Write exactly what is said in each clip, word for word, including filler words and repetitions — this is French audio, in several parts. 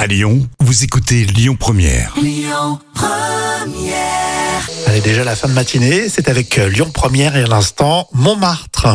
À Lyon, vous écoutez Lyon Première. Lyon Première. Allez, déjà la fin de matinée, c'est avec Lyon Première et à l'instant Montmartre.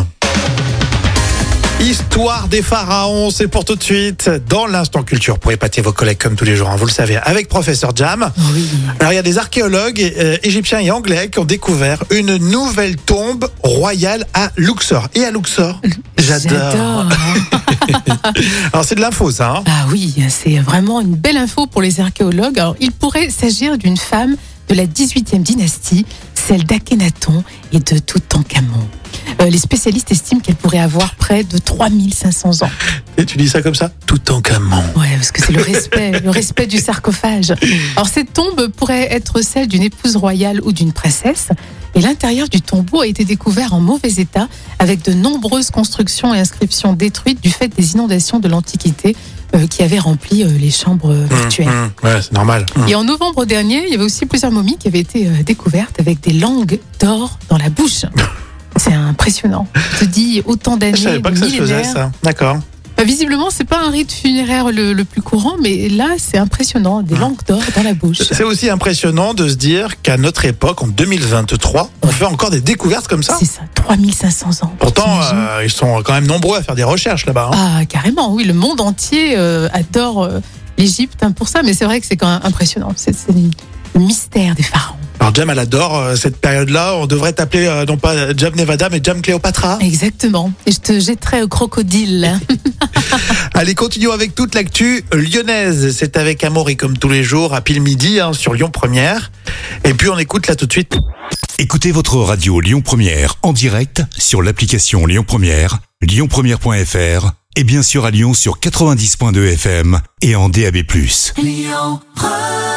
Histoire des pharaons, c'est pour tout de suite dans l'instant culture pour épater vos collègues comme tous les jours, hein, vous le savez, avec Professeur Jam. Oui. Alors il y a des archéologues euh, égyptiens et anglais qui ont découvert une nouvelle tombe royale à Luxor. Et à Luxor, j'adore. Alors c'est de l'info ça. Hein. Ah oui, c'est vraiment une belle info pour les archéologues. Alors, il pourrait s'agir d'une femme de la dix-huitième dynastie, celle d'Akhenaton et de Toutankhamon. Euh, les spécialistes estiment qu'elle pourrait avoir près de trois mille cinq cents ans. Et tu dis ça comme ça, Toutankhamon. Ouais, parce que c'est le respect, le respect du sarcophage. Alors cette tombe pourrait être celle d'une épouse royale ou d'une princesse. Et l'intérieur du tombeau a été découvert en mauvais état, avec de nombreuses constructions et inscriptions détruites du fait des inondations de l'Antiquité euh, qui avaient rempli euh, les chambres euh, mortuaires. Mmh, mmh, ouais, c'est normal. Mmh. Et en novembre dernier, il y avait aussi plusieurs momies qui avaient été euh, découvertes avec des langues d'or dans la bouche. C'est impressionnant. Je te dis autant d'années, Je savais pas que ça se faisait ça. D'accord. Bah, visiblement, c'est pas un rite funéraire le, le plus courant, mais là, c'est impressionnant, des langues d'or dans la bouche. C'est aussi impressionnant de se dire qu'à notre époque, en deux mille vingt-trois, on fait encore des découvertes comme ça. C'est ça, trois mille cinq cents ans. Pourtant, euh, ils sont quand même nombreux à faire des recherches là-bas. Hein. Ah, carrément, oui, le monde entier euh, adore euh, l'Égypte hein, pour ça, mais c'est vrai que c'est quand même impressionnant. C'est, c'est le mystère des pharaons. Alors Jam, elle adore euh, cette période-là. On devrait t'appeler euh, non pas Jam Nevada, mais Jam Cléopatra. Exactement. Et je te jetterai au crocodile. Allez, continuons avec toute l'actu lyonnaise. C'est avec Amaury comme tous les jours à pile midi hein, sur Lyon Première. Et puis on écoute là tout de suite. Écoutez votre radio Lyon Première en direct sur l'application Lyon Première, lyon première point f r et bien sûr à Lyon sur quatre-vingt-dix point deux F M et en D A B plus. Lyon Première.